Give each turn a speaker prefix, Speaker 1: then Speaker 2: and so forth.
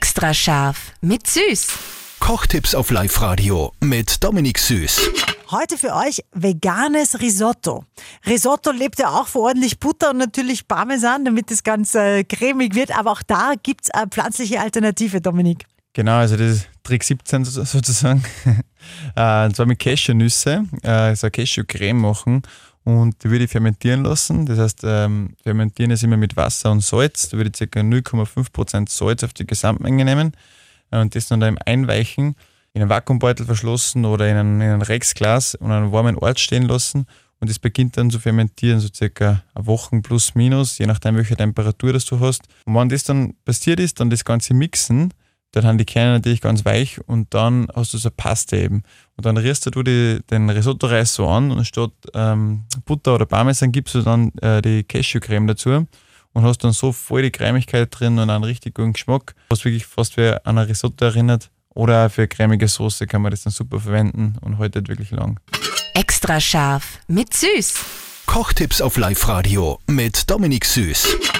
Speaker 1: Extra scharf mit Süß.
Speaker 2: Kochtipps auf Live-Radio mit Dominik Süß.
Speaker 3: Heute für euch veganes Risotto. Risotto lebt ja auch von ordentlich Butter und natürlich Parmesan, damit das ganz cremig wird. Aber auch da gibt es eine pflanzliche Alternative, Dominik.
Speaker 4: Genau, also das ist Trick 17 sozusagen. Und zwar mit Cashewnüsse, also eine Cashewcreme machen und die würde ich fermentieren lassen. Das heißt, fermentieren ist immer mit Wasser und Salz. Da würde ich ca. 0,5% Salz auf die Gesamtmenge nehmen und das dann da einweichen, in einen Vakuumbeutel verschlossen oder in ein Rexglas und an einem warmen Ort stehen lassen. Und das beginnt dann zu fermentieren, so circa eine Woche plus minus, je nachdem welche Temperatur das du hast. Und wenn das dann passiert ist, dann das Ganze mixen, dann haben die Kerne natürlich ganz weich und dann hast du so eine Paste eben. Und dann rührst du den Risotto-Reis so an und statt Butter oder Parmesan gibst du dann die Cashewcreme dazu und hast dann so voll die Cremigkeit drin und einen richtig guten Geschmack, was wirklich fast wie an ein Risotto erinnert. Oder auch für cremige Soße kann man das dann super verwenden und haltet wirklich lang.
Speaker 1: Extra scharf mit Süß.
Speaker 2: Kochtipps auf Live-Radio mit Dominik Süß.